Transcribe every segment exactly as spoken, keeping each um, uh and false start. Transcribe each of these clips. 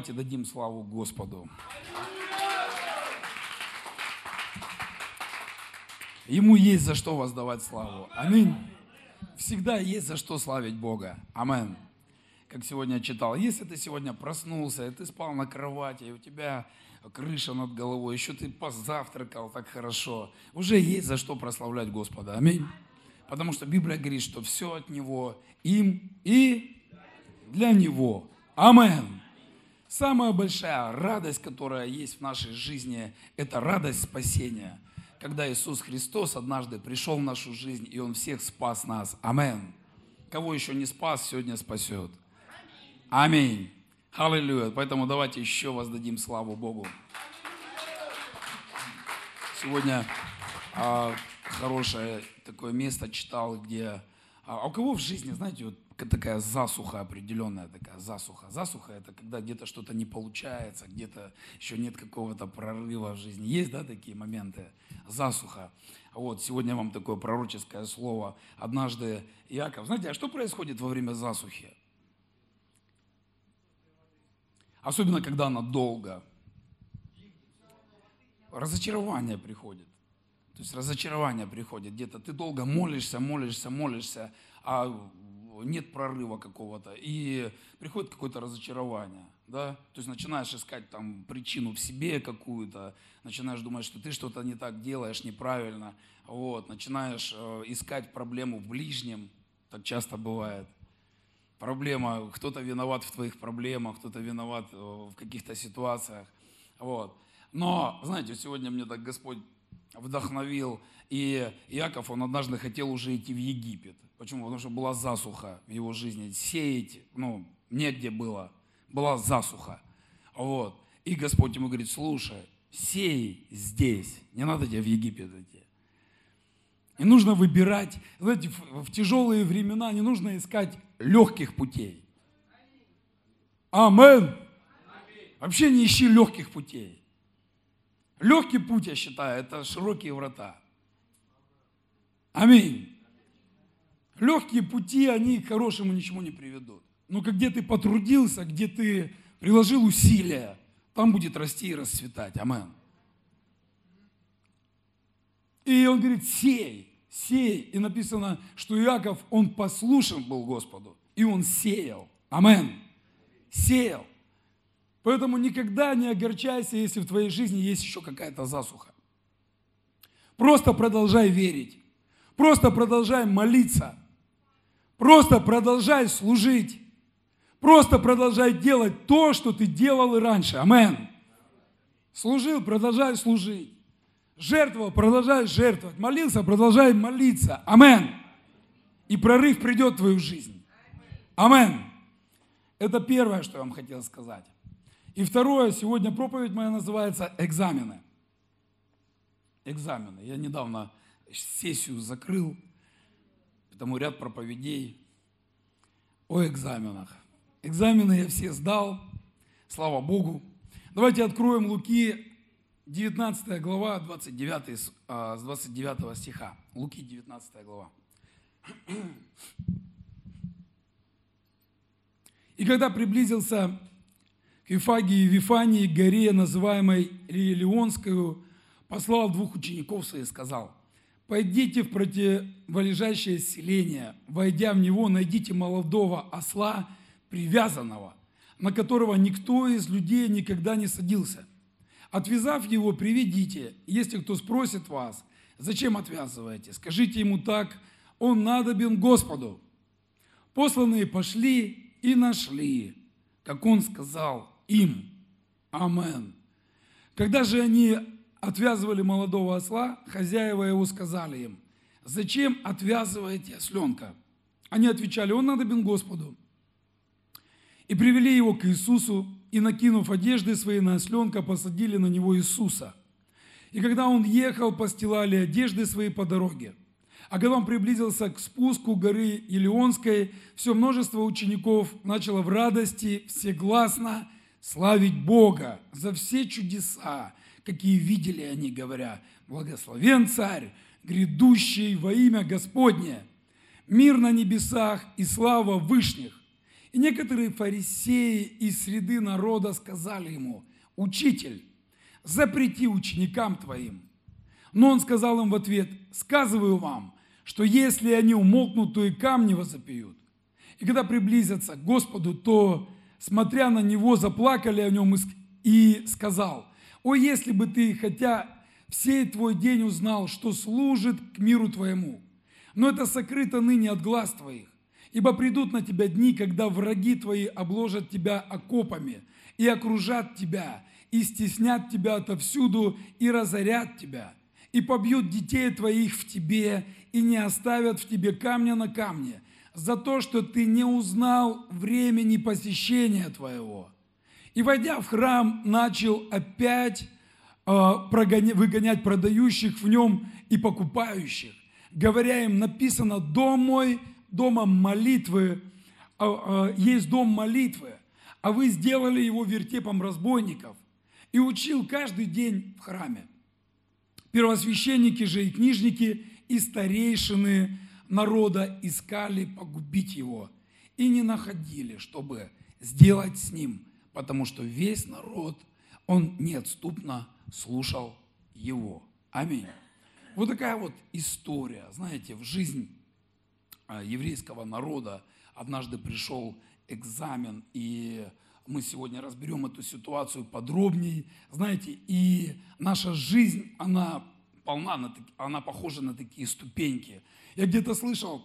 Давайте дадим славу Господу. Ему есть за что воздавать славу. Аминь. Всегда есть за что славить Бога. Аминь. Как сегодня читал, если ты сегодня проснулся, и ты спал на кровати, и у тебя крыша над головой, еще ты позавтракал так хорошо, уже есть за что прославлять Господа. Аминь. Потому что Библия говорит, что все от Него, им и для Него. Аминь. Самая большая радость, которая есть в нашей жизни, это радость спасения. Когда Иисус Христос однажды пришел в нашу жизнь, и Он всех спас нас. Аминь. Кого еще не спас, сегодня спасет. Аминь. Аллилуйя. Поэтому давайте еще воздадим славу Богу. Сегодня а, хорошее такое место читал, где... А у кого в жизни, знаете, вот такая засуха определенная, такая засуха. Засуха – это когда где-то что-то не получается, где-то еще нет какого-то прорыва в жизни. Есть, да, такие моменты? Засуха. Вот, сегодня вам такое пророческое слово. Однажды Иаков... Знаете, а что происходит во время засухи? Особенно, когда она долго. Разочарование приходит. То есть разочарование приходит. Где-то ты долго молишься, молишься, молишься, а нет прорыва какого-то. И приходит какое-то разочарование. Да? То есть начинаешь искать там причину в себе какую-то, начинаешь думать, что ты что-то не так делаешь, неправильно. Вот. Начинаешь э, искать проблему в ближнем. Так часто бывает. Проблема, кто-то виноват в твоих проблемах, кто-то виноват в каких-то ситуациях. Вот. Но, знаете, сегодня мне так Господь вдохновил, и Иаков, он однажды хотел уже идти в Египет. Почему? Потому что была засуха в его жизни. Сеять, ну, негде было. Была засуха. Вот. И Господь ему говорит, слушай, сей здесь, не надо тебе в Египет идти. И нужно выбирать, знаете, в, в тяжелые времена не нужно искать легких путей. Аминь. Вообще не ищи легких путей. Легкий путь, я считаю, это широкие врата. Аминь. Легкие пути, они к хорошему ничему не приведут. Но где ты потрудился, где ты приложил усилия, там будет расти и расцветать. Аминь. И он говорит, сей, сей. И написано, что Иаков, он послушен был Господу. И он сеял. Аминь. Сеял. Поэтому никогда не огорчайся, если в твоей жизни есть еще какая-то засуха. Просто продолжай верить. Просто продолжай молиться. Просто продолжай служить. Просто продолжай делать то, что ты делал и раньше. Аминь. Служил, продолжай служить. Жертвовал, продолжай жертвовать. Молился, продолжай молиться. Аминь. И прорыв придет в твою жизнь. Аминь. Это первое, что я вам хотел сказать. И второе, сегодня проповедь моя называется «Экзамены». Экзамены. Я недавно сессию закрыл, потому ряд проповедей о экзаменах. Экзамены я все сдал, слава Богу. Давайте откроем Луки, девятнадцатая глава, двадцать девятый, с двадцать девятого стиха. Луки, девятнадцатая глава. «И когда приблизился к Вифагии и Вифании, горе, называемой Лилионскую, послал двух учеников своих и сказал, пойдите в противолежащее селение, войдя в него, найдите молодого осла, привязанного, на которого никто из людей никогда не садился. Отвязав его, приведите. Если кто спросит вас, зачем отвязываете, скажите ему так, он надобен Господу. Посланные пошли и нашли, как он сказал им. Аминь. Когда же они отвязывали молодого осла, хозяева его сказали им, зачем отвязываете осленка? Они отвечали, он надобен Господу. И привели его к Иисусу, и, накинув одежды свои на осленка, посадили на него Иисуса. И когда он ехал, постилали одежды свои по дороге. А когда он приблизился к спуску горы Илионской, все множество учеников начало в радости всегласно славить Бога за все чудеса, какие видели они, говоря, благословен Царь, грядущий во имя Господне, мир на небесах и слава вышних. И некоторые фарисеи из среды народа сказали ему: «Учитель, запрети ученикам твоим». Но он сказал им в ответ: «Сказываю вам, что если они умолкнут, то и камни возопьют». И когда приблизятся к Господу, то, смотря на него, заплакали о нем и сказал: «О, если бы ты хотя всей твой день узнал, что служит к миру твоему, но это сокрыто ныне от глаз твоих. Ибо придут на тебя дни, когда враги твои обложат тебя окопами и окружат тебя, и стеснят тебя отовсюду, и разорят тебя, и побьют детей твоих в тебе, и не оставят в тебе камня на камне, за то, что ты не узнал времени посещения твоего». И, войдя в храм, начал опять э, прогонять, выгонять продающих в нем и покупающих, говоря им: написано: «Дом мой домом молитвы, э, э, есть дом молитвы, а вы сделали его вертепом разбойников». И учил каждый день в храме. Первосвященники же и книжники и старейшины народа искали погубить его и не находили, чтобы сделать с ним, потому что весь народ, он неотступно слушал его. Аминь. Вот такая вот история. Знаете, в жизнь еврейского народа однажды пришел экзамен, и мы сегодня разберем эту ситуацию подробнее. Знаете, и наша жизнь, она полна, на, она похожа на такие ступеньки. Я где-то слышал,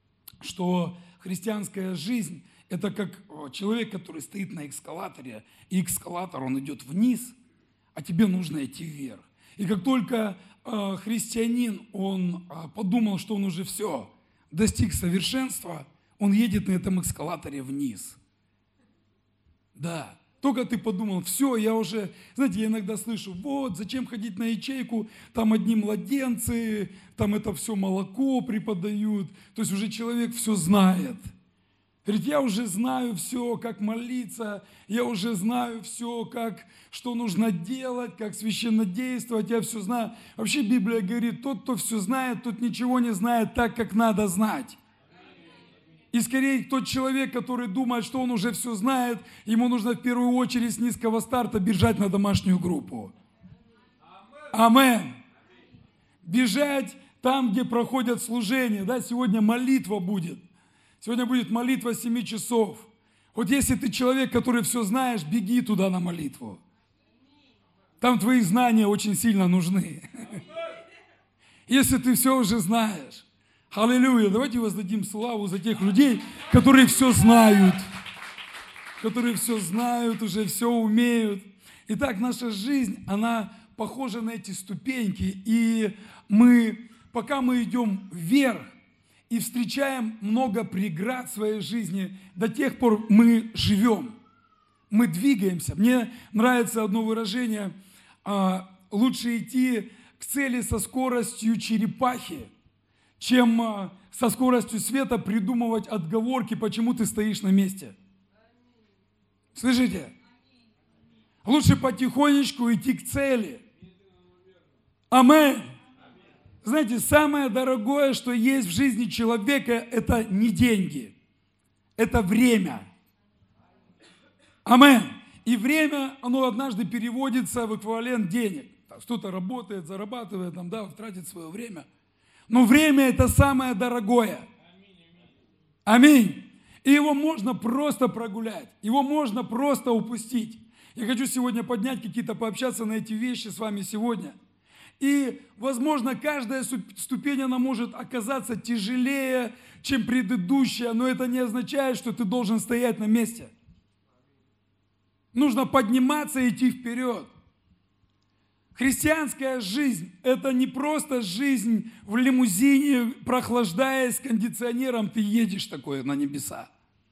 что христианская жизнь – это как человек, который стоит на эскалаторе, и эскалатор, он идет вниз, а тебе нужно идти вверх. И как только э, христианин, он э, подумал, что он уже все, достиг совершенства, он едет на этом эскалаторе вниз. Да, только ты подумал: все, я уже, знаете, я иногда слышу: вот, зачем ходить на ячейку, там одни младенцы, там это все молоко преподают, то есть уже человек все знает. Говорит: я уже знаю все, как молиться, я уже знаю все, как, что нужно делать, как священно действовать, я все знаю. Вообще Библия говорит: тот, кто все знает, тот ничего не знает так, как надо знать. И скорее тот человек, который думает, что он уже все знает, ему нужно в первую очередь с низкого старта бежать на домашнюю группу. Амен. Бежать там, где проходят служения. Да, сегодня молитва будет. Сегодня будет молитва семи часов. Вот если ты человек, который все знаешь, беги туда на молитву. Там твои знания очень сильно нужны. Если ты все уже знаешь. Аллилуйя! Давайте воздадим славу за тех людей, которые все знают. Которые все знают, уже все умеют. Итак, наша жизнь, она похожа на эти ступеньки. И мы, пока мы идем вверх и встречаем много преград в своей жизни, до тех пор мы живем. Мы двигаемся. Мне нравится одно выражение: лучше идти к цели со скоростью черепахи, чем со скоростью света придумывать отговорки, почему ты стоишь на месте. Слышите? Лучше потихонечку идти к цели. Аминь. Знаете, самое дорогое, что есть в жизни человека, это не деньги, это время. Аминь. И время, оно однажды переводится в эквивалент денег. Кто-то работает, зарабатывает, там, да, тратит свое время. Но время – это самое дорогое. Аминь. И его можно просто прогулять, его можно просто упустить. Я хочу сегодня поднять какие-то, пообщаться на эти вещи с вами сегодня. И, возможно, каждая ступень, она может оказаться тяжелее, чем предыдущая, но это не означает, что ты должен стоять на месте. Нужно подниматься и идти вперед. Христианская жизнь – это не просто жизнь в лимузине, прохлаждаясь кондиционером, ты едешь такое на небеса.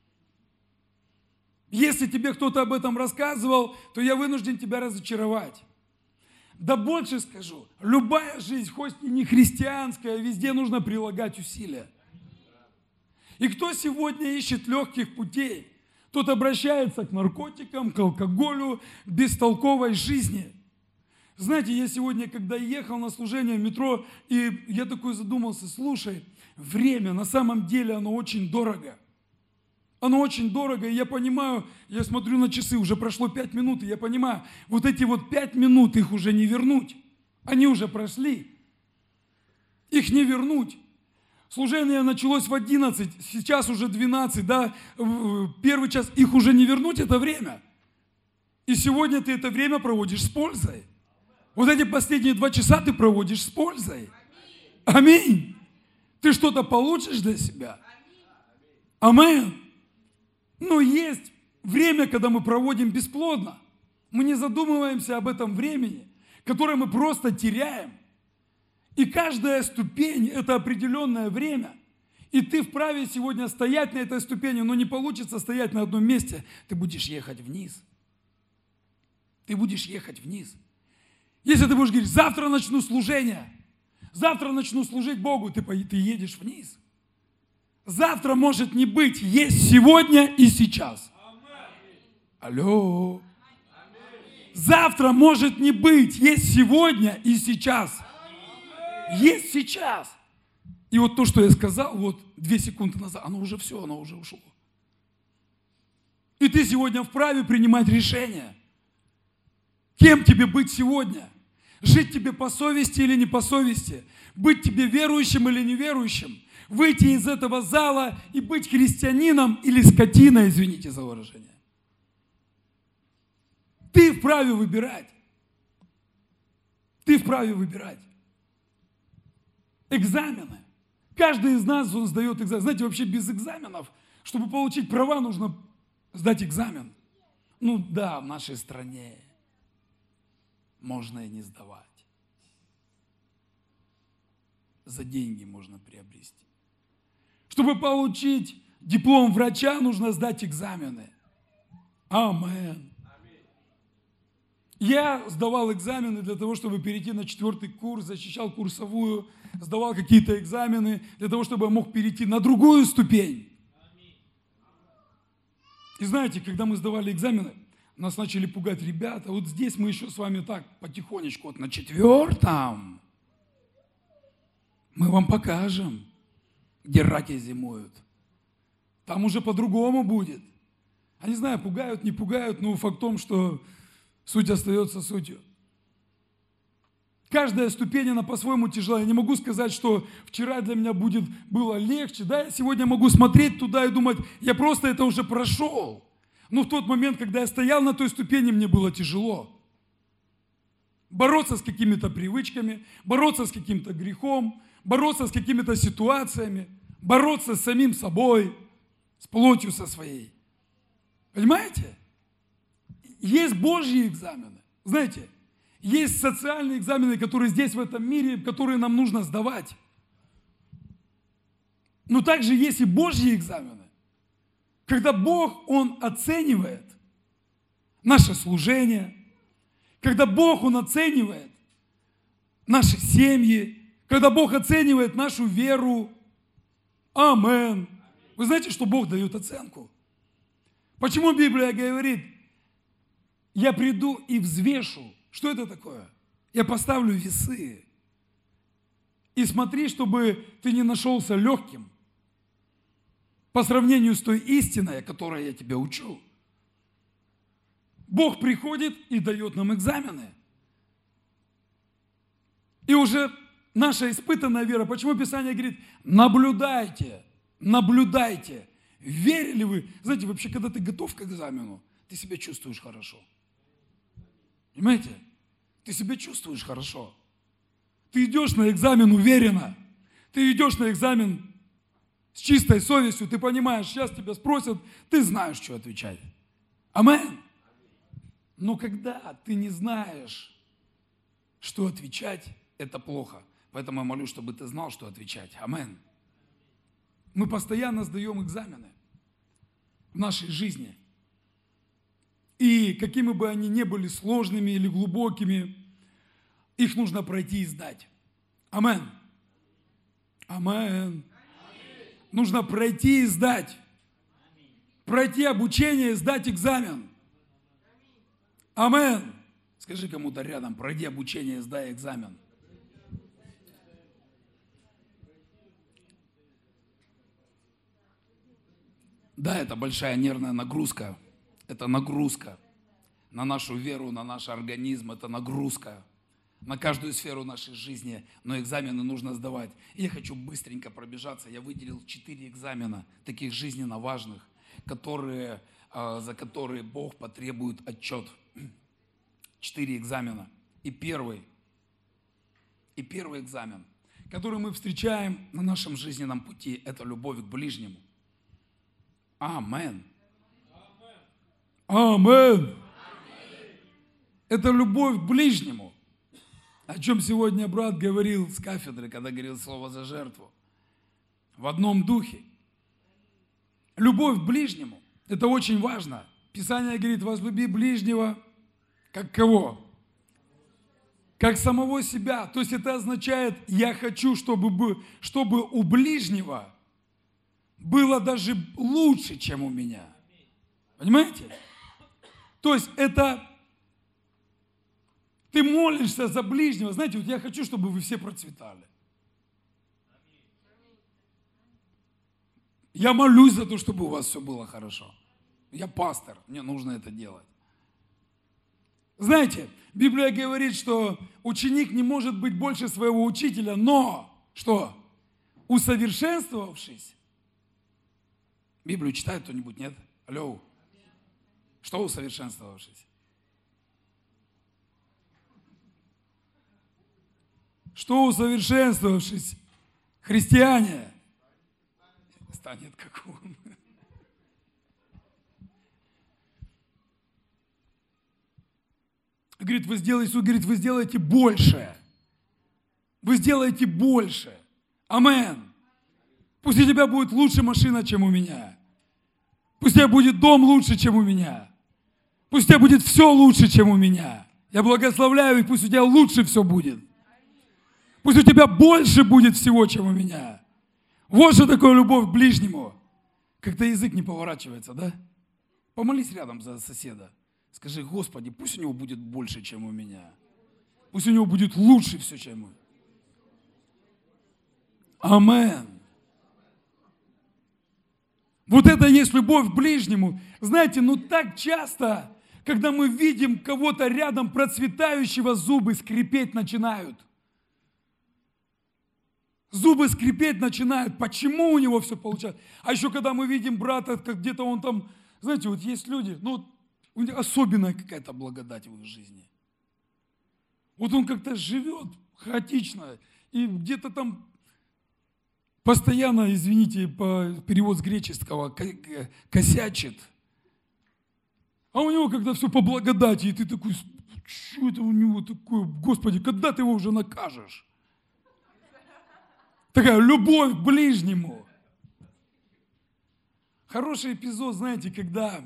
Если тебе кто-то об этом рассказывал, то я вынужден тебя разочаровать. Да больше скажу, любая жизнь, хоть и не христианская, везде нужно прилагать усилия. И кто сегодня ищет легких путей, тот обращается к наркотикам, к алкоголю, к бестолковой жизни. Знаете, я сегодня, когда ехал на служение в метро, и я такой задумался: слушай, время, на самом деле оно очень дорого. Оно очень дорого, и я понимаю, я смотрю на часы, уже прошло пять минут, и я понимаю, вот эти вот пять минут, их уже не вернуть. Они уже прошли. Их не вернуть. Служение началось в одиннадцать, сейчас уже двенадцать, да, первый час, их уже не вернуть, это время. И сегодня ты это время проводишь с пользой. Вот эти последние два часа ты проводишь с пользой. Аминь. Ты что-то получишь для себя. Аминь. Но есть время, когда мы проводим бесплодно. Мы не задумываемся об этом времени, которое мы просто теряем. И каждая ступень – это определенное время. И ты вправе сегодня стоять на этой ступени, но не получится стоять на одном месте. Ты будешь ехать вниз. Ты будешь ехать вниз. Если ты будешь говорить, завтра начну служение, завтра начну служить Богу, ты, ты едешь вниз. Завтра может не быть, есть сегодня и сейчас. Алло. Завтра может не быть, есть сегодня и сейчас. Есть сейчас. И вот то, что я сказал, вот две секунды назад, оно уже все, оно уже ушло. И ты сегодня вправе принимать решение. Кем тебе быть сегодня? Жить тебе по совести или не по совести? Быть тебе верующим или неверующим? Выйти из этого зала и быть христианином или скотиной, извините за выражение. Ты вправе выбирать. Ты вправе выбирать. Экзамены. Каждый из нас, он сдает экзамен. Знаете, вообще без экзаменов, чтобы получить права, нужно сдать экзамен. Ну да, в нашей стране можно и не сдавать. За деньги можно приобрести. Чтобы получить диплом врача, нужно сдать экзамены. Амен. Я сдавал экзамены для того, чтобы перейти на четвертый курс, защищал курсовую, сдавал какие-то экзамены для того, чтобы я мог перейти на другую ступень. И знаете, когда мы сдавали экзамены, нас начали пугать ребята. Вот здесь мы еще с вами так потихонечку, вот на четвертом мы вам покажем, где раки зимуют. Там уже по-другому будет. Я не знаю, пугают, не пугают, но факт в том, что суть остается сутью. Каждая ступень, она по-своему тяжела. Я не могу сказать, что вчера для меня будет, было легче. Да? Я сегодня могу смотреть туда и думать, я просто это уже прошел. Но в тот момент, когда я стоял на той ступени, мне было тяжело. Бороться с какими-то привычками, бороться с каким-то грехом, бороться с какими-то ситуациями, бороться с самим собой, с плотью со своей. Понимаете? Есть Божьи экзамены. Знаете, есть социальные экзамены, которые здесь, в этом мире, которые нам нужно сдавать. Но также есть и Божьи экзамены. Когда Бог, Он оценивает наше служение, когда Бог, Он оценивает наши семьи, когда Бог оценивает нашу веру. Амен. Вы знаете, что Бог дает оценку? Почему Библия говорит, я приду и взвешу? Что это такое? Я поставлю весы. И смотри, чтобы ты не нашелся легким по сравнению с той истиной, которой я тебя учу. Бог приходит и дает нам экзамены. И уже наша испытанная вера, почему Писание говорит, наблюдайте, наблюдайте, верили вы? Знаете, вообще, когда ты готов к экзамену, ты себя чувствуешь хорошо. Понимаете? Ты себя чувствуешь хорошо. Ты идешь на экзамен уверенно. Ты идешь на экзамен с чистой совестью. Ты понимаешь, сейчас тебя спросят, ты знаешь, что отвечать. Амен. Но когда ты не знаешь, что отвечать, это плохо. Поэтому я молюсь, чтобы ты знал, что отвечать. Амен. Мы постоянно сдаем экзамены в нашей жизни. И какими бы они ни были сложными или глубокими, их нужно пройти и сдать. Амен. Амен. Нужно пройти и сдать. Пройти обучение и сдать экзамен. Амен. Скажи кому-то рядом, пройди обучение и сдай экзамен. Да, это большая нервная нагрузка. Это нагрузка на нашу веру, на наш организм. Это нагрузка на каждую сферу нашей жизни. Но экзамены нужно сдавать. И я хочу быстренько пробежаться. Я выделил четыре экзамена, таких жизненно важных, которые, за которые Бог потребует отчет. Четыре экзамена. И первый, и первый экзамен, который мы встречаем на нашем жизненном пути, это любовь к ближнему. Амен. Амен. Это любовь к ближнему. О чем сегодня брат говорил с кафедры, когда говорил слово за жертву. В одном духе. Любовь к ближнему. Это очень важно. Писание говорит, возлюби ближнего, как кого? Как самого себя. То есть это означает, я хочу, чтобы, чтобы у ближнего было даже лучше, чем у меня. Понимаете? То есть это ты молишься за ближнего. Знаете, вот я хочу, чтобы вы все процветали. Я молюсь за то, чтобы у вас все было хорошо. Я пастор, мне нужно это делать. Знаете, Библия говорит, что ученик не может быть больше своего учителя, но, что, усовершенствовавшись, Библию читает кто-нибудь, нет? Алло. Что усовершенствовавшись? Что усовершенствовавшись? Христиане станет как он. Говорит, вы сделаете, говорит, вы сделаете больше. Вы сделаете больше. Амен. Пусть у тебя будет лучше машина, чем у меня. Пусть у тебя будет дом лучше, чем у меня. Пусть у тебя будет все лучше, чем у меня. Я благословляю, и пусть у тебя лучше все будет. Пусть у тебя больше будет всего, чем у меня. Вот что такое любовь к ближнему. Как-то язык не поворачивается, да? Помолись рядом за соседа. Скажи, Господи, пусть у него будет больше, чем у меня. Пусть у него будет лучше все, чем у меня. Амен. Вот это и есть любовь к ближнему. Знаете, ну так часто, когда мы видим кого-то рядом процветающего, зубы скрипеть начинают. Зубы скрипеть начинают. Почему у него все получается? А еще когда мы видим брата, как где-то он там, знаете, вот есть люди, ну, у них особенная какая-то благодать в их жизни. Вот он как-то живет хаотично, и где-то там постоянно, извините, по перевод с греческого, косячит. А у него когда все по благодати, и ты такой, что это у него такое, Господи, когда ты его уже накажешь? Такая любовь к ближнему. Хороший эпизод, знаете, когда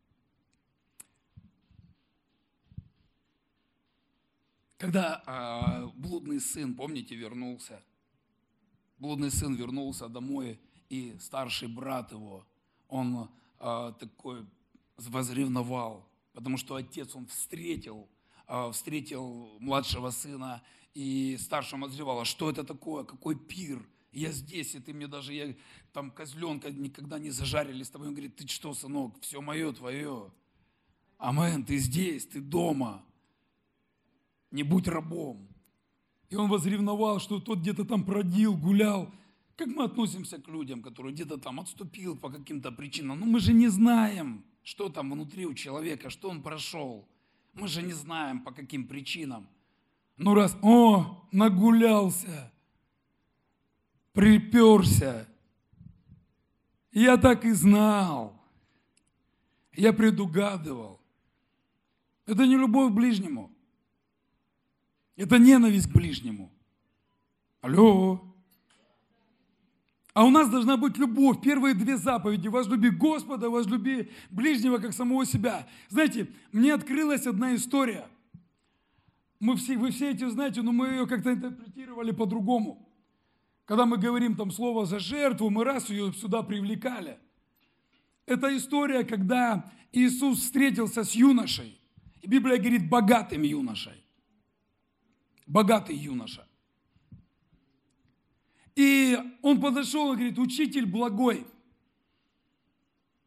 когда э, блудный сын, помните, вернулся. Блудный сын вернулся домой, и старший брат его, он э, такой возревновал, потому что отец, он встретил, э, встретил младшего сына, и старшему возревал, а что это такое, какой пир? Я здесь, и ты мне даже, я, там козленка никогда не зажарили с тобой. Он говорит, ты что, сынок, все мое, твое. Амен, ты здесь, ты дома. Не будь рабом. И он возревновал, что тот где-то там бродил, гулял. Как мы относимся к людям, которые где-то там отступил по каким-то причинам? Ну мы же не знаем, что там внутри у человека, что он прошел. Мы же не знаем, по каким причинам. Ну раз, о, нагулялся, приперся. Я так и знал. Я предугадывал. Это не любовь к ближнему. Это ненависть к ближнему. Алло. А у нас должна быть любовь. Первые две заповеди. Возлюби Господа, возлюби ближнего, как самого себя. Знаете, мне открылась одна история. Мы все, вы все эти знаете, но мы ее как-то интерпретировали по-другому. Когда мы говорим там слово за жертву, мы раз ее сюда привлекали. Это история, когда Иисус встретился с юношей. И Библия говорит, богатым юношей. Богатый юноша. И он подошел и говорит, учитель благой.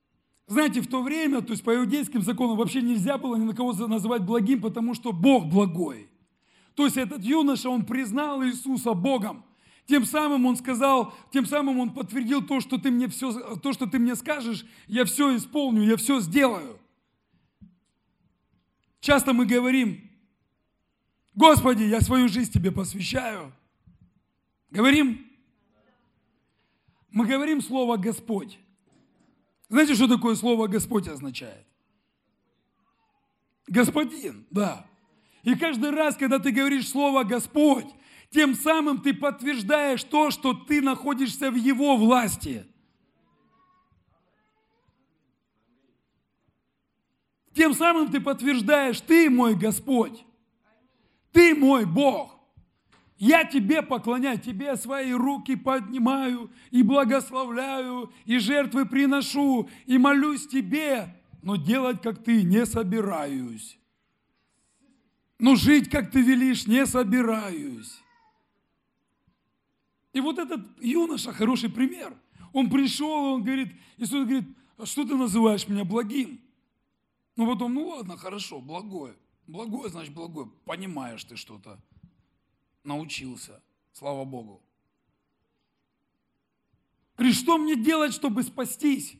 Знаете, в то время, то есть по иудейским законам вообще нельзя было ни на кого называть благим, потому что Бог благой. То есть этот юноша, он признал Иисуса Богом. Тем самым он сказал, тем самым он подтвердил то, что ты мне все, то, что ты мне скажешь, я все исполню, я все сделаю. Часто мы говорим: Господи, я свою жизнь Тебе посвящаю. Говорим? Мы говорим слово Господь. Знаете, что такое слово Господь означает? Господин, да. И каждый раз, когда ты говоришь слово Господь, тем самым ты подтверждаешь то, что ты находишься в Его власти. Тем самым ты подтверждаешь: ты мой Господь, ты мой Бог. Я тебе поклоняю, тебе свои руки поднимаю и благословляю, и жертвы приношу, и молюсь тебе, но делать, как ты, не собираюсь. Но жить, как ты велишь, не собираюсь. И вот этот юноша хороший пример. Он пришел, он говорит, Иисус говорит: а что ты называешь меня благим? Ну потом, ну ладно, хорошо, благое. Благое, значит благое. Понимаешь ты что-то. Научился, слава Богу. Говорит: что мне делать, чтобы спастись?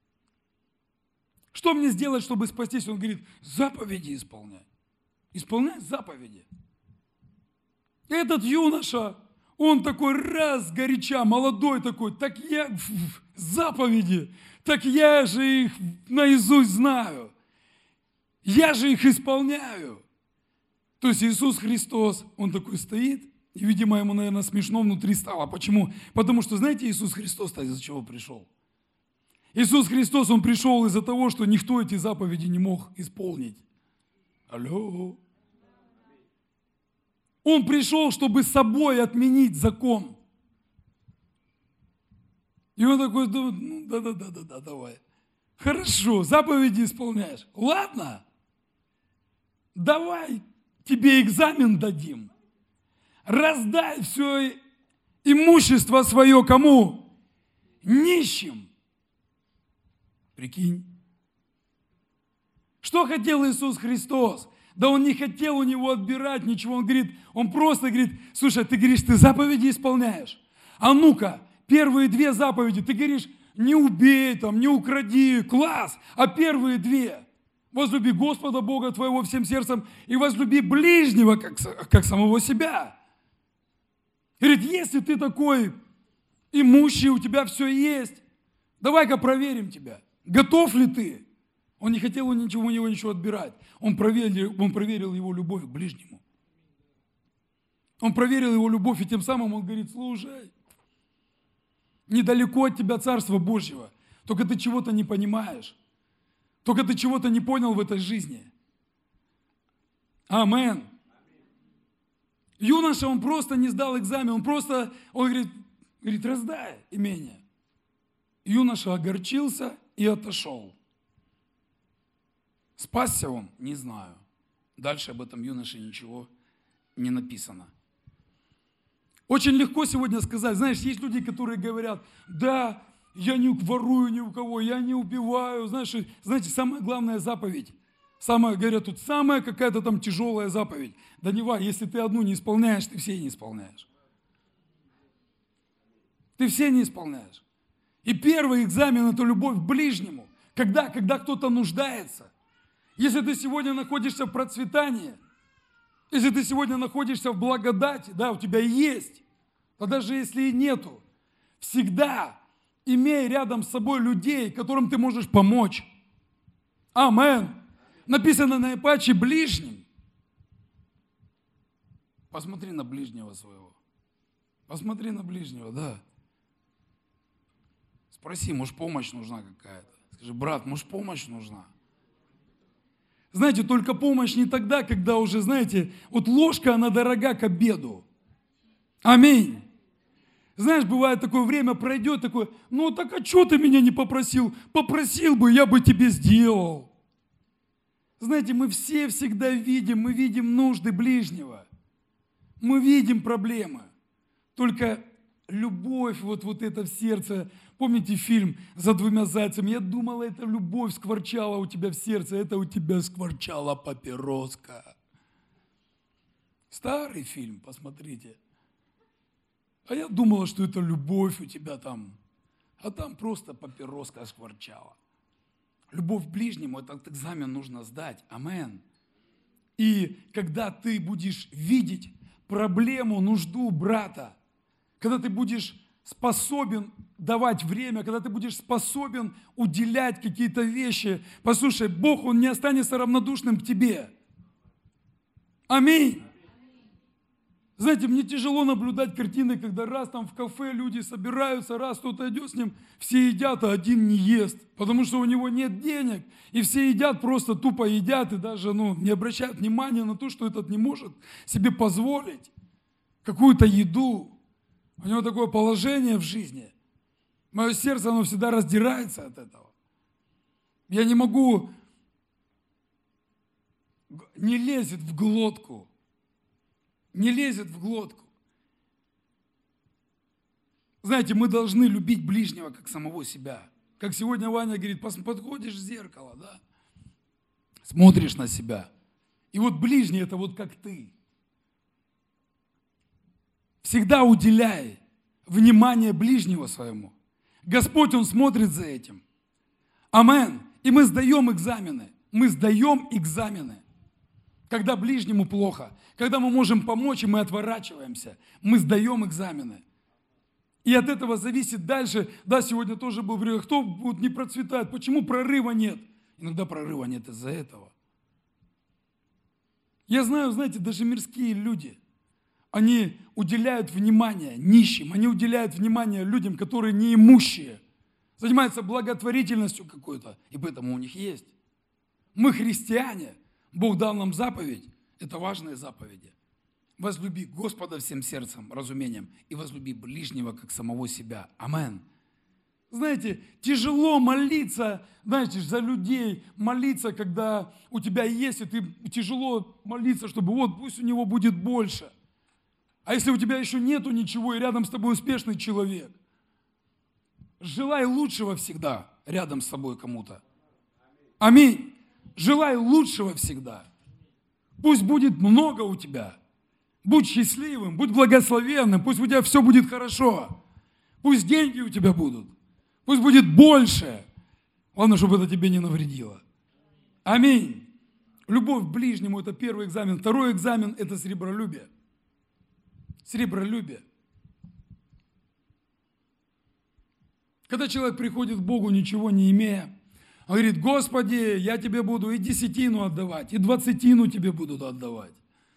Что мне сделать, чтобы спастись? Он говорит: заповеди исполняй. Исполняй заповеди. Этот юноша, он такой раз горяча, молодой такой: так я заповеди, так я же их наизусть знаю. Я же их исполняю. То есть Иисус Христос, Он такой стоит, и, видимо, ему, наверное, смешно внутри стало. Почему? Потому что, знаете, Иисус Христос-то из-за чего пришел? Иисус Христос, Он пришел из-за того, что никто эти заповеди не мог исполнить. Алло. Он пришел, чтобы собой отменить закон. И он такой думает: ну да-да-да-да, давай. Хорошо, заповеди исполняешь. Ладно, давай тебе экзамен дадим. Раздай все имущество свое кому? Нищим. Прикинь. Что хотел Иисус Христос? Да Он не хотел у него отбирать ничего. Он говорит, Он просто говорит: слушай, ты говоришь, ты заповеди исполняешь. А ну-ка, первые две заповеди, ты говоришь: не убей, там, не укради, класс. А первые две: возлюби Господа Бога твоего всем сердцем и возлюби ближнего, как, как самого себя. Говорит, если ты такой имущий, у тебя все есть, давай-ка проверим тебя. Готов ли ты? Он не хотел у ничего, у него ничего отбирать. Он проверил, он проверил его любовь к ближнему. Он проверил его любовь, и тем самым он говорит: слушай, недалеко от тебя Царство Божьего, только ты чего-то не понимаешь. Только ты чего-то не понял в этой жизни. Амен. Юноша, он просто не сдал экзамен, он просто, он говорит, говорит, раздай имение. Юноша огорчился и отошел. Спасся он? Не знаю. Дальше об этом юноше ничего не написано. Очень легко сегодня сказать, знаешь, есть люди, которые говорят: да, я не ворую ни у кого, я не убиваю. Знаешь, знаете, самая главная заповедь, самая, говорят, тут самая какая-то там тяжелая заповедь. Да не важно, если ты одну не исполняешь, ты все не исполняешь. Ты все не исполняешь. И первый экзамен – это любовь к ближнему. Когда? Когда кто-то нуждается. Если ты сегодня находишься в процветании, если ты сегодня находишься в благодати, да, у тебя есть, а даже если и нету, всегда имей рядом с собой людей, которым ты можешь помочь. Амен. Написано на Ипаче: ближним. Посмотри на ближнего своего. Посмотри на ближнего, да. Спроси, может, помощь нужна какая-то. Скажи: брат, может, помощь нужна? Знаете, только помощь не тогда, когда уже, знаете, вот ложка, она дорога к обеду. Аминь. Знаешь, бывает такое время, пройдет такое: ну так а что ты меня не попросил? Попросил бы, я бы тебе сделал. Знаете, мы все всегда видим, мы видим нужды ближнего. Мы видим проблемы. Только любовь, вот, вот это в сердце. Помните фильм «За двумя зайцами»? Я думала, это любовь скворчала у тебя в сердце, это у тебя скворчала папироска. Старый фильм, посмотрите. А я думала, что это любовь у тебя там, а там просто папироска скворчала. Любовь к ближнему, этот экзамен нужно сдать. Амен. И когда ты будешь видеть проблему, нужду брата, когда ты будешь способен давать время, когда ты будешь способен уделять какие-то вещи, послушай, Бог, Он не останется равнодушным к тебе. Аминь. Знаете, мне тяжело наблюдать картины, когда раз там в кафе люди собираются, раз кто-то идет с ним, все едят, а один не ест, потому что у него нет денег. И все едят, просто тупо едят и даже ну, не обращают внимания на то, что этот не может себе позволить какую-то еду. У него такое положение в жизни. Мое сердце, оно всегда раздирается от этого. Я не могу, не лезет в глотку. Не лезет в глотку. Знаете, мы должны любить ближнего, как самого себя. Как сегодня Ваня говорит, подходишь в зеркало, да? Смотришь на себя. И вот ближний это вот как ты. Всегда уделяй внимание ближнего своему. Господь, Он смотрит за этим. Амен. И мы сдаем экзамены. Мы сдаем экзамены. Когда ближнему плохо, когда мы можем помочь, и мы отворачиваемся, мы сдаем экзамены. И от этого зависит дальше, да, сегодня тоже был время, кто вот не процветает, почему прорыва нет? Иногда прорыва нет из-за этого. Я знаю, знаете, даже мирские люди, они уделяют внимание нищим, они уделяют внимание людям, которые неимущие, занимаются благотворительностью какой-то, и поэтому у них есть. Мы христиане. Бог дал нам заповедь, это важные заповеди. Возлюби Господа всем сердцем, разумением, и возлюби ближнего, как самого себя. Амен. Знаете, тяжело молиться, знаете, за людей, молиться, когда у тебя есть, и ты тяжело молиться, чтобы вот пусть у него будет больше. А если у тебя еще нету ничего, и рядом с тобой успешный человек, желай лучшего всегда рядом с собой кому-то. Аминь. Желай лучшего всегда. Пусть будет много у тебя. Будь счастливым, будь благословенным, пусть у тебя все будет хорошо. Пусть деньги у тебя будут. Пусть будет больше. Главное, чтобы это тебе не навредило. Аминь. Любовь к ближнему – это первый экзамен. Второй экзамен – это сребролюбие. Сребролюбие. Когда человек приходит к Богу, ничего не имея, он говорит, Господи, я тебе буду и десятину отдавать, и двадцатину тебе буду отдавать.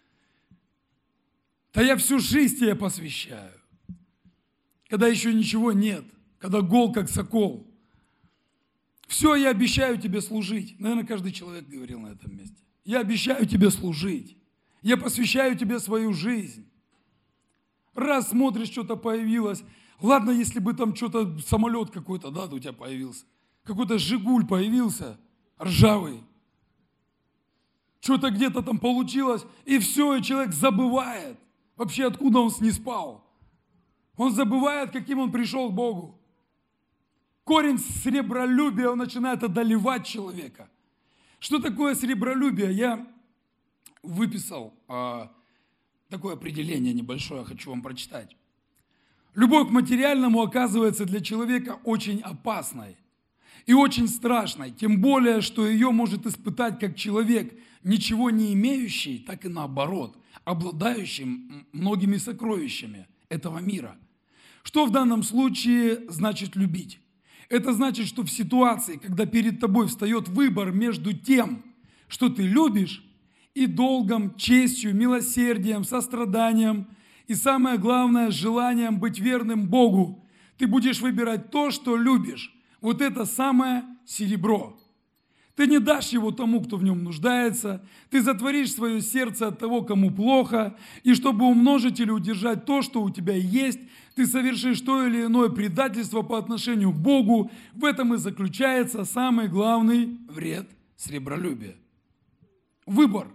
Да я всю жизнь тебе посвящаю. Когда еще ничего нет, когда гол как сокол. Все, я обещаю тебе служить. Наверное, каждый человек говорил на этом месте. Я обещаю тебе служить. Я посвящаю тебе свою жизнь. Раз смотришь, что-то появилось. Ладно, если бы там что-то, самолет какой-то, да, у тебя появился. Какой-то «Жигуль» появился, ржавый. Что-то где-то там получилось, и все, и человек забывает. Вообще, откуда он снеспал. Он забывает, каким он пришел к Богу. Корень сребролюбия, он начинает одолевать человека. Что такое сребролюбие? Я выписал а, такое определение небольшое, я хочу вам прочитать. Любовь к материальному оказывается для человека очень опасной и очень страшной, тем более, что ее может испытать как человек, ничего не имеющий, так и наоборот, обладающий многими сокровищами этого мира. Что в данном случае значит любить? Это значит, что в ситуации, когда перед тобой встает выбор между тем, что ты любишь, и долгом, честью, милосердием, состраданием, и самое главное, желанием быть верным Богу, ты будешь выбирать то, что любишь. Вот это самое серебро. Ты не дашь его тому, кто в нем нуждается. Ты затворишь свое сердце от того, кому плохо. И чтобы умножить или удержать то, что у тебя есть, ты совершишь то или иное предательство по отношению к Богу. В этом и заключается самый главный вред сребролюбия. Выбор.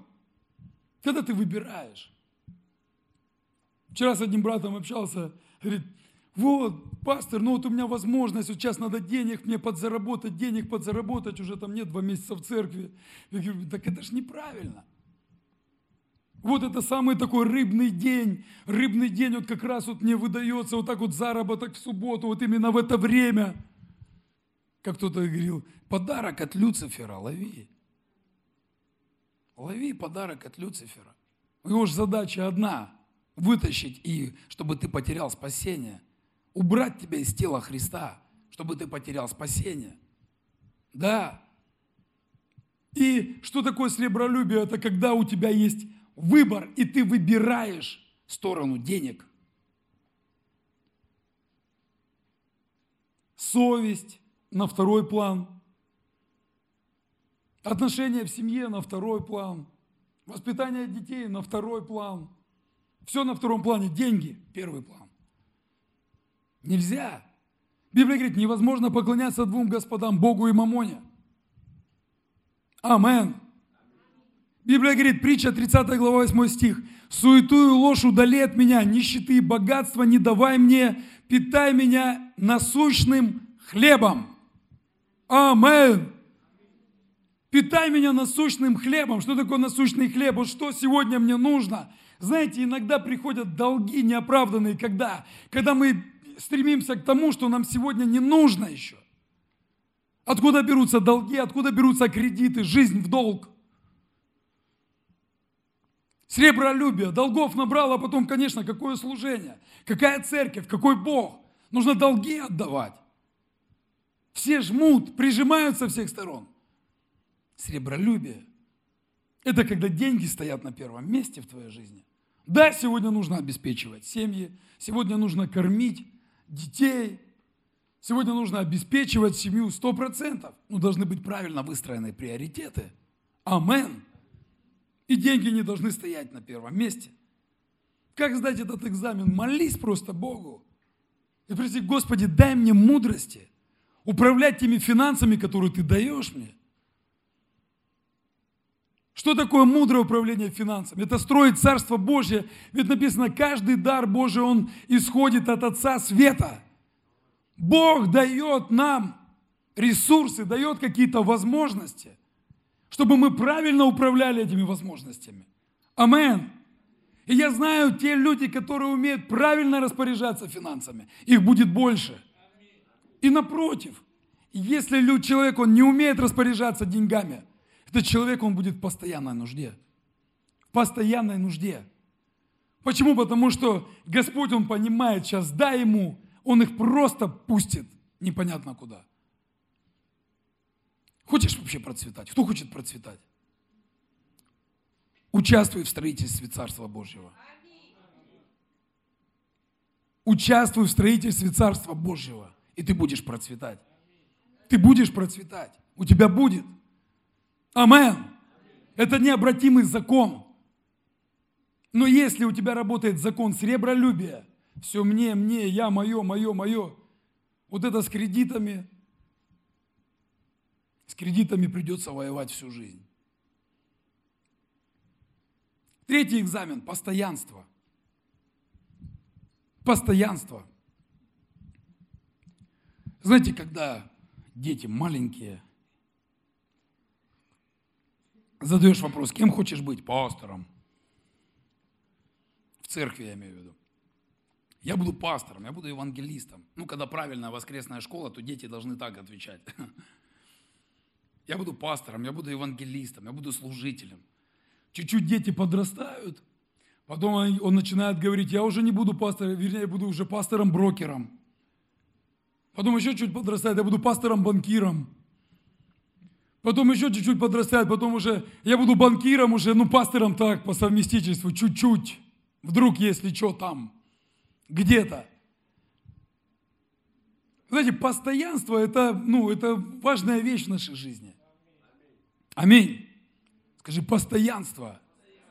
Когда ты выбираешь. Вчера с одним братом общался, говорит, Вот, пастор, ну вот у меня возможность, вот сейчас надо денег мне подзаработать, денег подзаработать, уже там нет два месяца в церкви. Я говорю, так это ж неправильно. Вот это самый такой рыбный день, рыбный день, вот как раз вот мне выдается вот так вот заработок в субботу, вот именно в это время. Как кто-то говорил, подарок от Люцифера лови. Лови подарок от Люцифера. Его же задача одна – вытащить, и чтобы ты потерял спасение. Убрать тебя из тела Христа, чтобы ты потерял спасение. Да. И что такое сребролюбие? Это когда у тебя есть выбор, и ты выбираешь сторону денег. Совесть на второй план. Отношения в семье на второй план. Воспитание детей на второй план. Все на втором плане. Деньги – первый план. Нельзя. Библия говорит, невозможно поклоняться двум господам, Богу и мамоне. Амен. Библия говорит, притча тридцатая глава восьмой стих. «Суету и ложь удали от меня, нищеты и богатства не давай мне, питай меня насущным хлебом». Амен. Питай меня насущным хлебом. Что такое насущный хлеб? Вот что сегодня мне нужно? Знаете, иногда приходят долги неоправданные, когда, когда мы стремимся к тому, что нам сегодня не нужно еще. Откуда берутся долги, откуда берутся кредиты, жизнь в долг. Сребролюбие, долгов набрал, а потом, конечно, какое служение, какая церковь, какой Бог. Нужно долги отдавать. Все жмут, прижимаются со всех сторон. Сребролюбие – это когда деньги стоят на первом месте в твоей жизни. Да, сегодня нужно обеспечивать семьи, сегодня нужно кормить детей, сегодня нужно обеспечивать семью сто процентов. Но должны быть правильно выстроены приоритеты. Амен. И деньги не должны стоять на первом месте. Как сдать этот экзамен? Молись просто Богу. И проси, Господи, дай мне мудрости управлять теми финансами, которые Ты даешь мне. Что такое мудрое управление финансами? Это строить Царство Божье. Ведь написано, каждый дар Божий, он исходит от Отца Света. Бог дает нам ресурсы, дает какие-то возможности, чтобы мы правильно управляли этими возможностями. Амен. И я знаю, те люди, которые умеют правильно распоряжаться финансами, их будет больше. И напротив, если человек, он не умеет распоряжаться деньгами, этот человек, он будет в постоянной нужде. В постоянной нужде. Почему? Потому что Господь, Он понимает, сейчас дай ему, Он их просто пустит непонятно куда. Хочешь вообще процветать? Кто хочет процветать? Участвуй в строительстве Царства Божьего. Участвуй в строительстве Царства Божьего, и ты будешь процветать. Ты будешь процветать. У тебя будет. Амен. Это необратимый закон. Но если у тебя работает закон сребролюбия, все мне, мне, я, мое, мое, мое, вот это с кредитами, с кредитами придется воевать всю жизнь. Третий экзамен – постоянство. Постоянство. Знаете, когда дети маленькие, задаешь вопрос, кем хочешь быть? Пастором. В церкви я имею в виду. Я буду пастором, я буду евангелистом. Ну, когда правильная воскресная школа, то дети должны так отвечать. Я буду пастором, я буду евангелистом, я буду служителем. Чуть-чуть дети подрастают, потом он начинает говорить, я уже не буду пастором, вернее, я буду уже пастором-брокером. Потом еще чуть подрастает, я буду пастором-банкиром. Потом еще чуть-чуть подрастает, потом уже я буду банкиром уже, ну, пастором так, по совместительству, чуть-чуть. Вдруг, если что там, где-то. Знаете, постоянство – это, ну, это важная вещь в нашей жизни. Аминь. Скажи, постоянство.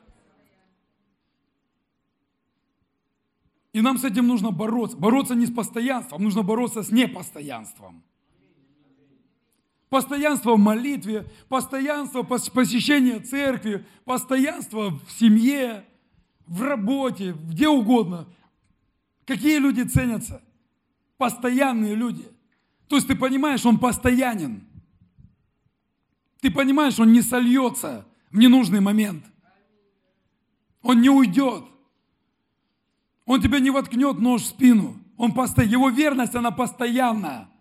И нам с этим нужно бороться. Бороться не с постоянством, нужно бороться с непостоянством. Постоянство в молитве, постоянство посещения церкви, постоянство в семье, в работе, где угодно. Какие люди ценятся? Постоянные люди. То есть ты понимаешь, он постоянен. Ты понимаешь, он не сольется в ненужный момент. Он не уйдет. Он тебя не воткнет нож в спину. Он посто... Его верность, она постоянная.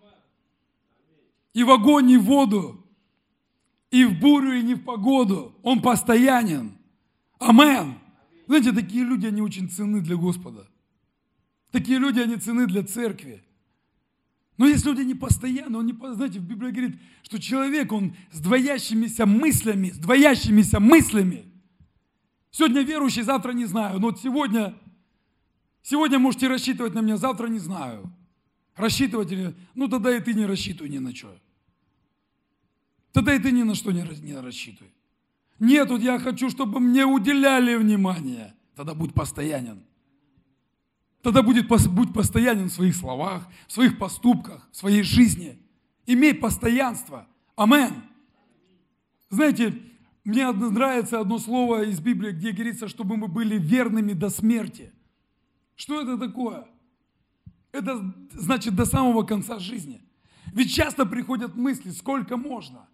И в огонь, и в воду, и в бурю, и не в погоду. Он постоянен. Амен. Знаете, такие люди, они очень ценны для Господа. Такие люди, они ценны для церкви. Но есть люди не постоянно, он не, знаете, в Библии говорит, что человек, он с двоящимися мыслями, с двоящимися мыслями. Сегодня верующий, завтра не знаю. Но вот сегодня, сегодня можете рассчитывать на меня, завтра не знаю. Рассчитывать или... Ну, тогда и ты не рассчитывай ни на что. Тогда и ты ни на что не, не рассчитывай. Нет, вот я хочу, чтобы мне уделяли внимание. Тогда будь постоянен. Тогда будет, будь постоянен в своих словах, в своих поступках, в своей жизни. Имей постоянство. Амен. Знаете, мне нравится одно слово из Библии, где говорится, чтобы мы были верными до смерти. Что это такое? Это значит до самого конца жизни. Ведь часто приходят мысли, сколько можно.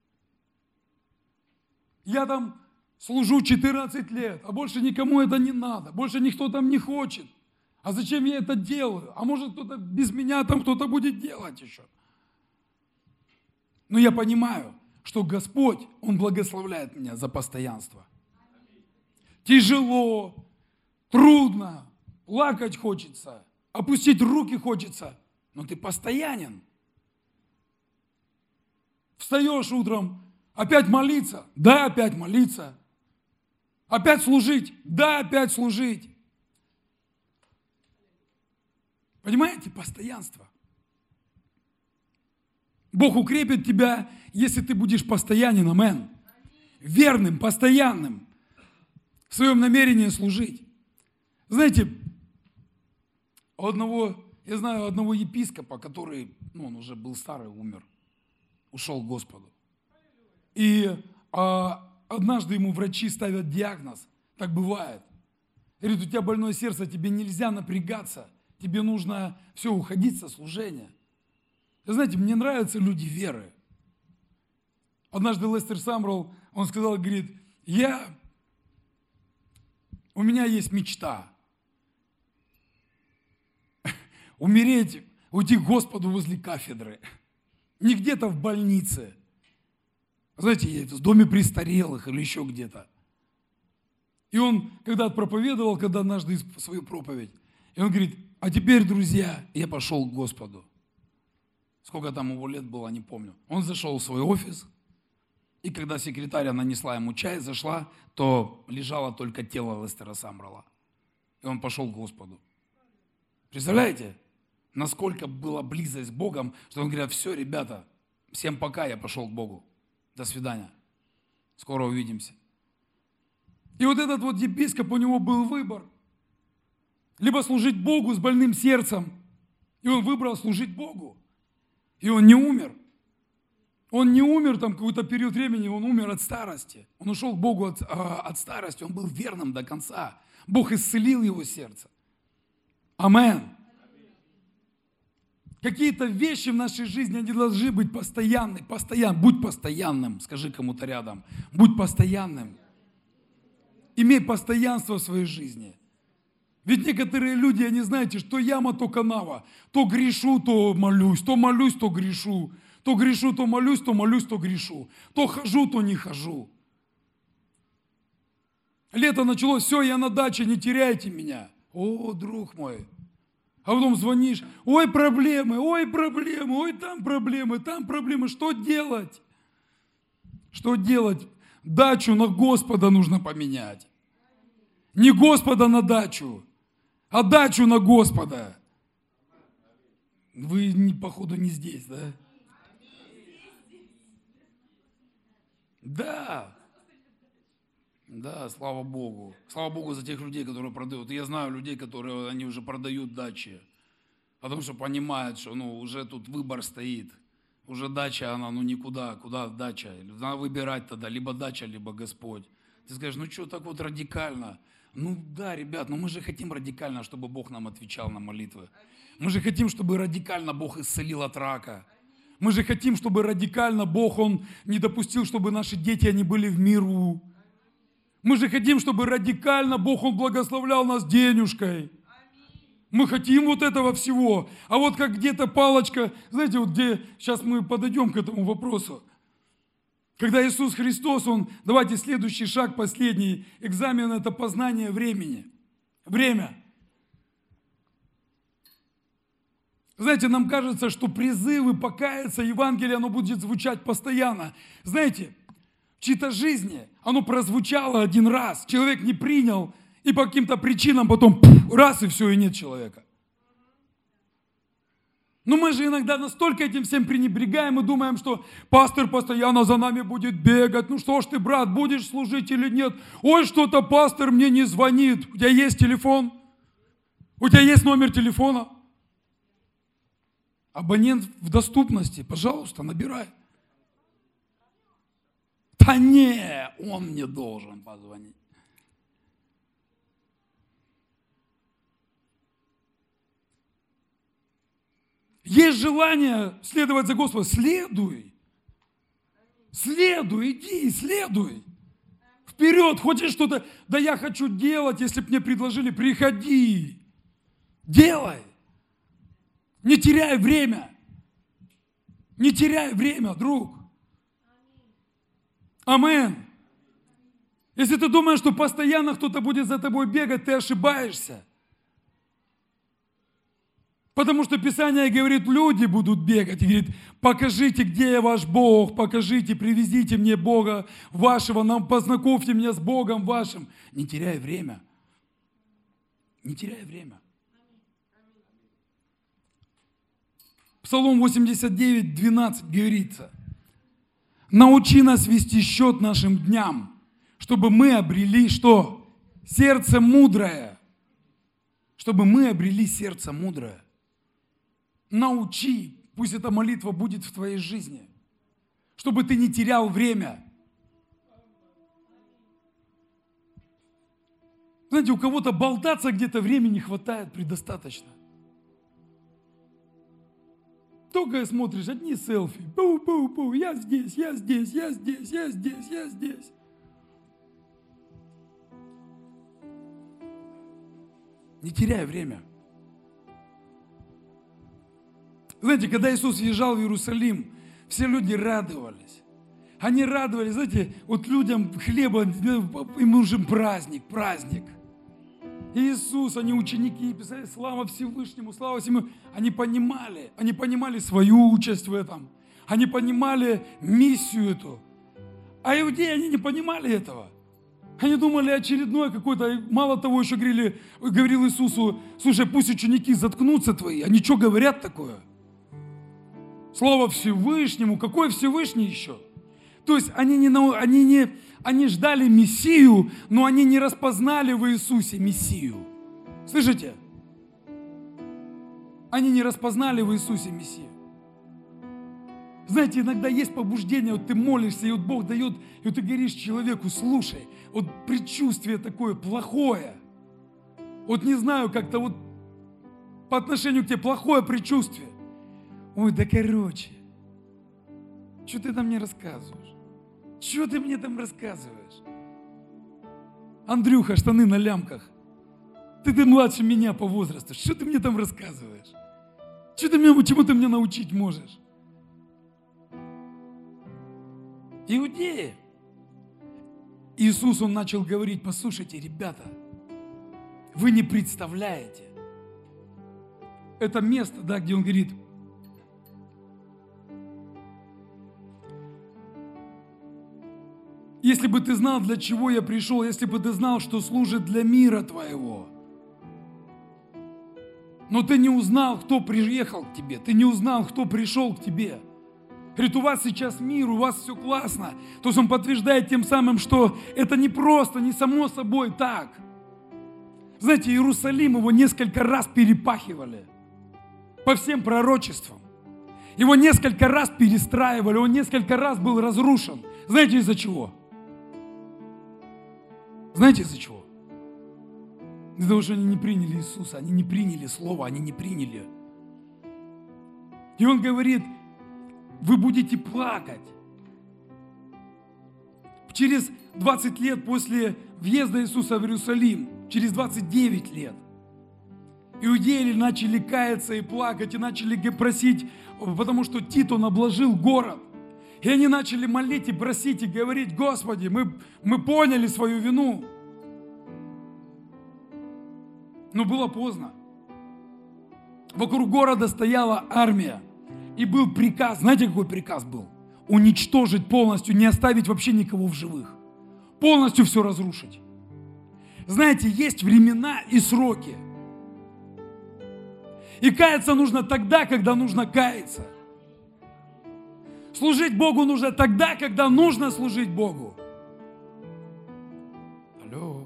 Я там служу четырнадцать лет, а больше никому это не надо, больше никто там не хочет. А зачем я это делаю? А может кто-то без меня там кто-то будет делать еще? Но я понимаю, что Господь, Он благословляет меня за постоянство. Тяжело, трудно, плакать хочется, опустить руки хочется, но ты постоянен. Встаешь утром, опять молиться, да, опять молиться. Опять служить, да, опять служить. Понимаете, постоянство. Бог укрепит тебя, если ты будешь постоянен, амен. Верным, постоянным в своем намерении служить. Знаете, у одного, я знаю одного епископа, который, ну, он уже был старый, умер, ушел к Господу. И а, однажды ему врачи ставят диагноз, так бывает. Говорит, у тебя больное сердце, тебе нельзя напрягаться. Тебе нужно все, уходить со служения. Вы знаете, мне нравятся люди веры. Однажды Лестер Самрелл, он сказал, говорит, я, у меня есть мечта. Умереть, уйти к Господу возле кафедры. Не где-то в больнице. Знаете, в доме престарелых или еще где-то. И он, когда проповедовал, когда однажды свою проповедь, и он говорит, а теперь, друзья, я пошел к Господу. Сколько там его лет было, не помню. Он зашел в свой офис, и когда секретарь нанесла ему чай, зашла, то лежало только тело Лестера Самрелла. И он пошел к Господу. Представляете, насколько была близость с Богом, что он говорит, все, ребята, всем пока, я пошел к Богу. До свидания. Скоро увидимся. И вот этот вот епископ, у него был выбор. Либо служить Богу с больным сердцем. И он выбрал служить Богу. И он не умер. Он не умер там какой-то период времени, он умер от старости. Он ушел к Богу от, от старости, он был верным до конца. Бог исцелил его сердце. Амен. Какие-то вещи в нашей жизни, они должны быть постоянны. Постоянно. Будь постоянным, скажи кому-то рядом. Будь постоянным. Имей постоянство в своей жизни. Ведь некоторые люди, они, знаете, что яма, то канава. То грешу, то молюсь, то молюсь, то грешу. То грешу, то молюсь, то молюсь, то грешу. То хожу, то не хожу. Лето началось, все, я на даче, не теряйте меня. О, друг мой. А потом звонишь, ой, проблемы, ой, проблемы, ой, там проблемы, там проблемы. Что делать? Что делать? Дачу на Господа нужно поменять. Не Господа на дачу, а дачу на Господа. Вы, походу, не здесь, да? Да. Да, слава Богу. Слава Богу за тех людей, которые продают. Я знаю людей, которые они уже продают дачи, потому что понимают, что ну, уже тут выбор стоит. Уже дача, она ну никуда, куда дача. Надо выбирать тогда, либо дача, либо Господь. Ты скажешь, ну что так вот радикально? Ну да, ребят, но мы же хотим радикально, чтобы Бог нам отвечал на молитвы. Мы же хотим, чтобы радикально Бог исцелил от рака. Мы же хотим, чтобы радикально Бог, Он не допустил, чтобы наши дети, они были в миру. Мы же хотим, чтобы радикально Бог, Он благословлял нас денежкой. Мы хотим вот этого всего. А вот как где-то палочка, знаете, вот где, сейчас мы подойдем к этому вопросу. Когда Иисус Христос, Он, давайте следующий шаг, последний экзамен, это познание времени. Время. Знаете, нам кажется, что призывы покаяться, Евангелие, оно будет звучать постоянно. Знаете, в чьей-то жизни оно прозвучало один раз, человек не принял, и по каким-то причинам потом пфф, раз, и все, и нет человека. Но мы же иногда настолько этим всем пренебрегаем и думаем, что пастор постоянно за нами будет бегать. Ну что ж ты, брат, будешь служить или нет? Ой, что-то пастор мне не звонит. У тебя есть телефон? У тебя есть номер телефона? Абонент в доступности, пожалуйста, набирай. Да не, он мне должен позвонить. Есть желание следовать за Господом, следуй. Следуй, иди, следуй. Вперед, хочешь что-то, да я хочу делать, если бы мне предложили, приходи. Делай. Не теряй время. Не теряй время, друг. Амин. Если ты думаешь, что постоянно кто-то будет за тобой бегать, ты ошибаешься. Потому что Писание говорит, люди будут бегать и говорит, покажите, где ваш Бог, покажите, привезите мне Бога вашего, нам познакомьте меня с Богом вашим. Не теряй время. Не теряй время. Псалом восемьдесят девять, двенадцать говорится, научи нас вести счет нашим дням, чтобы мы обрели что? Сердце мудрое. Чтобы мы обрели сердце мудрое. Научи, пусть эта молитва будет в твоей жизни, чтобы ты не терял время. Знаете, у кого-то болтаться где-то времени хватает предостаточно. Только смотришь, одни селфи. Пу-пу-пу, я здесь, я здесь, я здесь, я здесь, я здесь. Не теряй время. Знаете, когда Иисус въезжал в Иерусалим, все люди радовались. Они радовались, знаете, вот людям хлеба, им нужен праздник, праздник. Иисус, они ученики, писали, слава Всевышнему, слава всему. Они понимали, они понимали свою участь в этом. Они понимали миссию эту. А иудеи, они не понимали этого. Они думали очередное какое-то, мало того, еще говорили, говорил Иисусу, слушай, пусть ученики заткнутся твои, они что говорят такое? Слава Всевышнему, какой Всевышний еще? То есть они, не, они, не, они ждали Мессию, но они не распознали в Иисусе Мессию. Слышите? Они не распознали в Иисусе Мессию. Знаете, иногда есть побуждение, вот ты молишься, и вот Бог дает, и вот ты говоришь человеку, слушай, вот предчувствие такое плохое, вот не знаю, как-то вот по отношению к тебе плохое предчувствие. Ой, да короче, что ты там мне рассказываешь? Что ты мне там рассказываешь? Андрюха, штаны на лямках. Ты, ты младше меня по возрасту. Что ты мне там рассказываешь? Что ты меня, чему ты меня научить можешь? Иудеи. Иисус, Он начал говорить, послушайте, ребята, вы не представляете. Это место, да, где Он говорит, если бы ты знал, для чего я пришел, если бы ты знал, что служит для мира твоего. Но ты не узнал, кто приехал к тебе, ты не узнал, кто пришел к тебе. Говорит, у вас сейчас мир, у вас все классно. То есть Он подтверждает тем самым, что это не просто, не само собой так. Знаете, Иерусалим, его несколько раз перепахивали по всем пророчествам. Его несколько раз перестраивали, он несколько раз был разрушен. Знаете, из-за чего? Знаете, из-за чего? Из-за того, что они не приняли Иисуса, они не приняли Слово, они не приняли. И Он говорит, вы будете плакать. Через двадцать лет после въезда Иисуса в Иерусалим, через двадцать девять лет, иудеи начали каяться и плакать, и начали просить, потому что Тит, он обложил город. И они начали молить и просить, и говорить, Господи, мы, мы поняли свою вину. Но было поздно. Вокруг города стояла армия. И был приказ, знаете, какой приказ был? Уничтожить полностью, не оставить вообще никого в живых. Полностью все разрушить. Знаете, есть времена и сроки. И каяться нужно тогда, когда нужно каяться. Служить Богу нужно тогда, когда нужно служить Богу. Алло.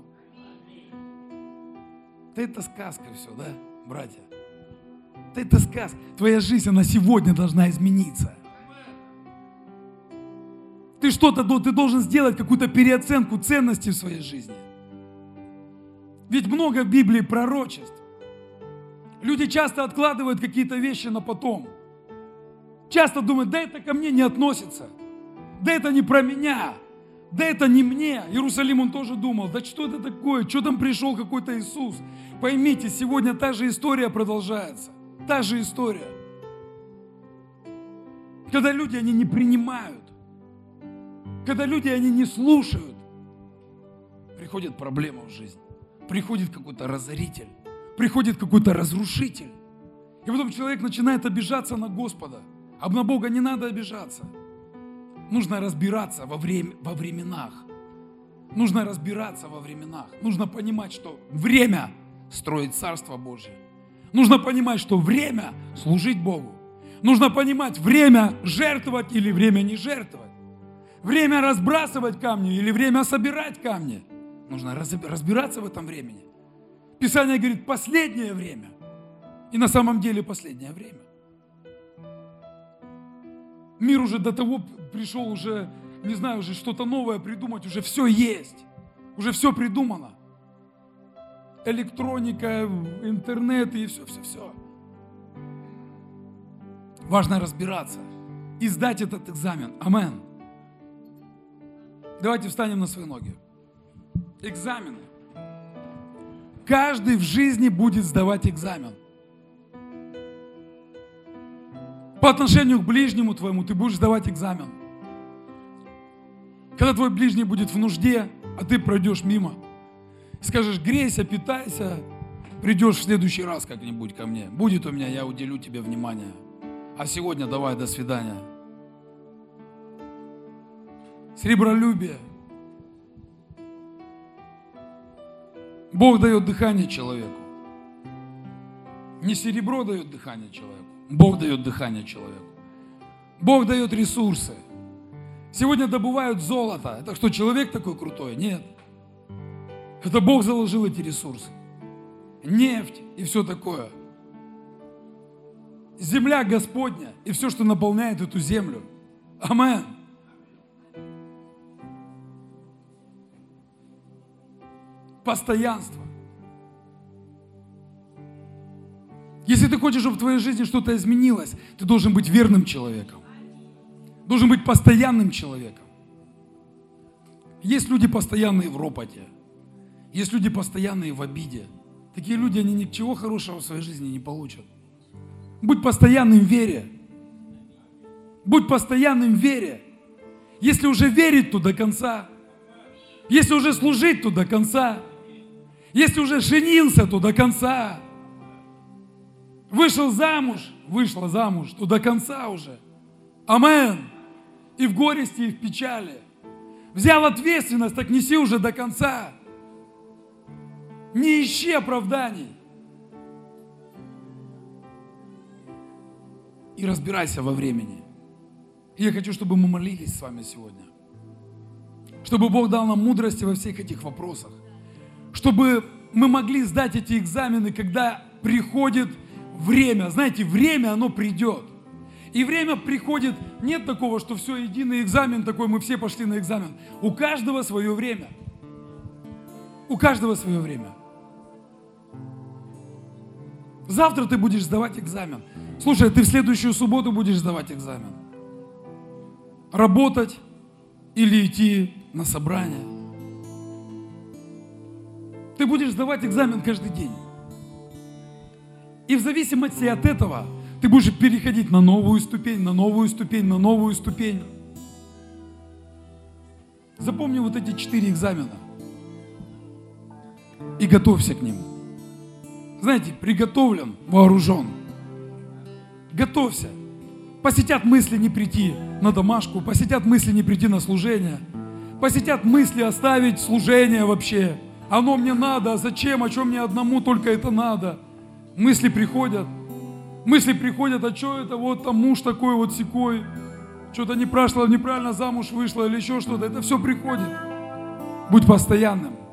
Да это сказка все, да, братья? Да это сказка. Твоя жизнь, она сегодня должна измениться. Ты что-то, ты должен сделать какую-то переоценку ценностей в своей жизни. Ведь много в Библии пророчеств. Люди часто откладывают какие-то вещи на потом. Часто думают, да это ко мне не относится. Да это не про меня. Да это не мне. Иерусалим он тоже думал, да что это такое? Что там пришел какой-то Иисус? Поймите, сегодня та же история продолжается. Та же история. Когда люди, они не принимают. Когда люди, они не слушают. Приходит проблема в жизнь. Приходит какой-то разоритель. Приходит какой-то разрушитель. И потом человек начинает обижаться на Господа. А на Бога не надо обижаться. Нужно разбираться во, время, во временах. Нужно разбираться во временах. Нужно понимать, что время строить Царство Божие. Нужно понимать, что время служить Богу. Нужно понимать, время жертвовать или время не жертвовать. Время разбрасывать камни или время собирать камни. Нужно разбираться в этом времени. Писание говорит, последнее время. И на самом деле последнее время. Мир уже до того пришел, уже, не знаю, уже что-то новое придумать, уже все есть. Уже все придумано. Электроника, интернет и все-все-все. Важно разбираться и сдать этот экзамен. Амен. Давайте встанем на свои ноги. Экзамены. Каждый в жизни будет сдавать экзамен. По отношению к ближнему твоему ты будешь сдавать экзамен. Когда твой ближний будет в нужде, а ты пройдешь мимо, скажешь, грейся, питайся, придешь в следующий раз как-нибудь ко мне. Будет у меня, я уделю тебе внимание. А сегодня давай, до свидания. Сребролюбие. Бог дает дыхание человеку. Не серебро дает дыхание человеку. Бог дает дыхание человеку. Бог дает ресурсы. Сегодня добывают золото. Это что, человек такой крутой? Нет. Это Бог заложил эти ресурсы. Нефть и все такое. Земля Господня и все, что наполняет эту землю. Амен. Постоянство. Если ты хочешь, чтобы в твоей жизни что-то изменилось, ты должен быть верным человеком. Должен быть постоянным человеком. Есть люди постоянные в ропоте. Есть люди постоянные в обиде. Такие люди, они ничего хорошего в своей жизни не получат. Будь постоянным в вере. Будь постоянным в вере. Если уже верить, то до конца. Если уже служить, то до конца. Если уже женился, то до конца. Вышел замуж, вышла замуж, то до конца уже. Амен. И в горести, и в печали. Взял ответственность, так неси уже до конца. Не ищи оправданий. И разбирайся во времени. И я хочу, чтобы мы молились с вами сегодня. Чтобы Бог дал нам мудрости во всех этих вопросах. Чтобы мы могли сдать эти экзамены, когда приходит время. Знаете, время, оно придет. И время приходит, нет такого, что все, единый экзамен такой, мы все пошли на экзамен. У каждого свое время. У каждого свое время. Завтра ты будешь сдавать экзамен. Слушай, ты в следующую субботу будешь сдавать экзамен. Работать или идти на собрание. Ты будешь сдавать экзамен каждый день. И в зависимости от этого ты будешь переходить на новую ступень, на новую ступень, на новую ступень. Запомни вот эти четыре экзамена. И готовься к ним. Знаете, приготовлен, вооружен. Готовься. Посетят мысли не прийти на домашку, посетят мысли не прийти на служение, посетят мысли оставить служение вообще. Оно мне надо, а зачем, а что мне одному только это надо? Мысли приходят. Мысли приходят, а что это вот там муж такой вот сякой, что-то не прошло, неправильно замуж вышла или еще что-то. Это все приходит. Будь постоянным.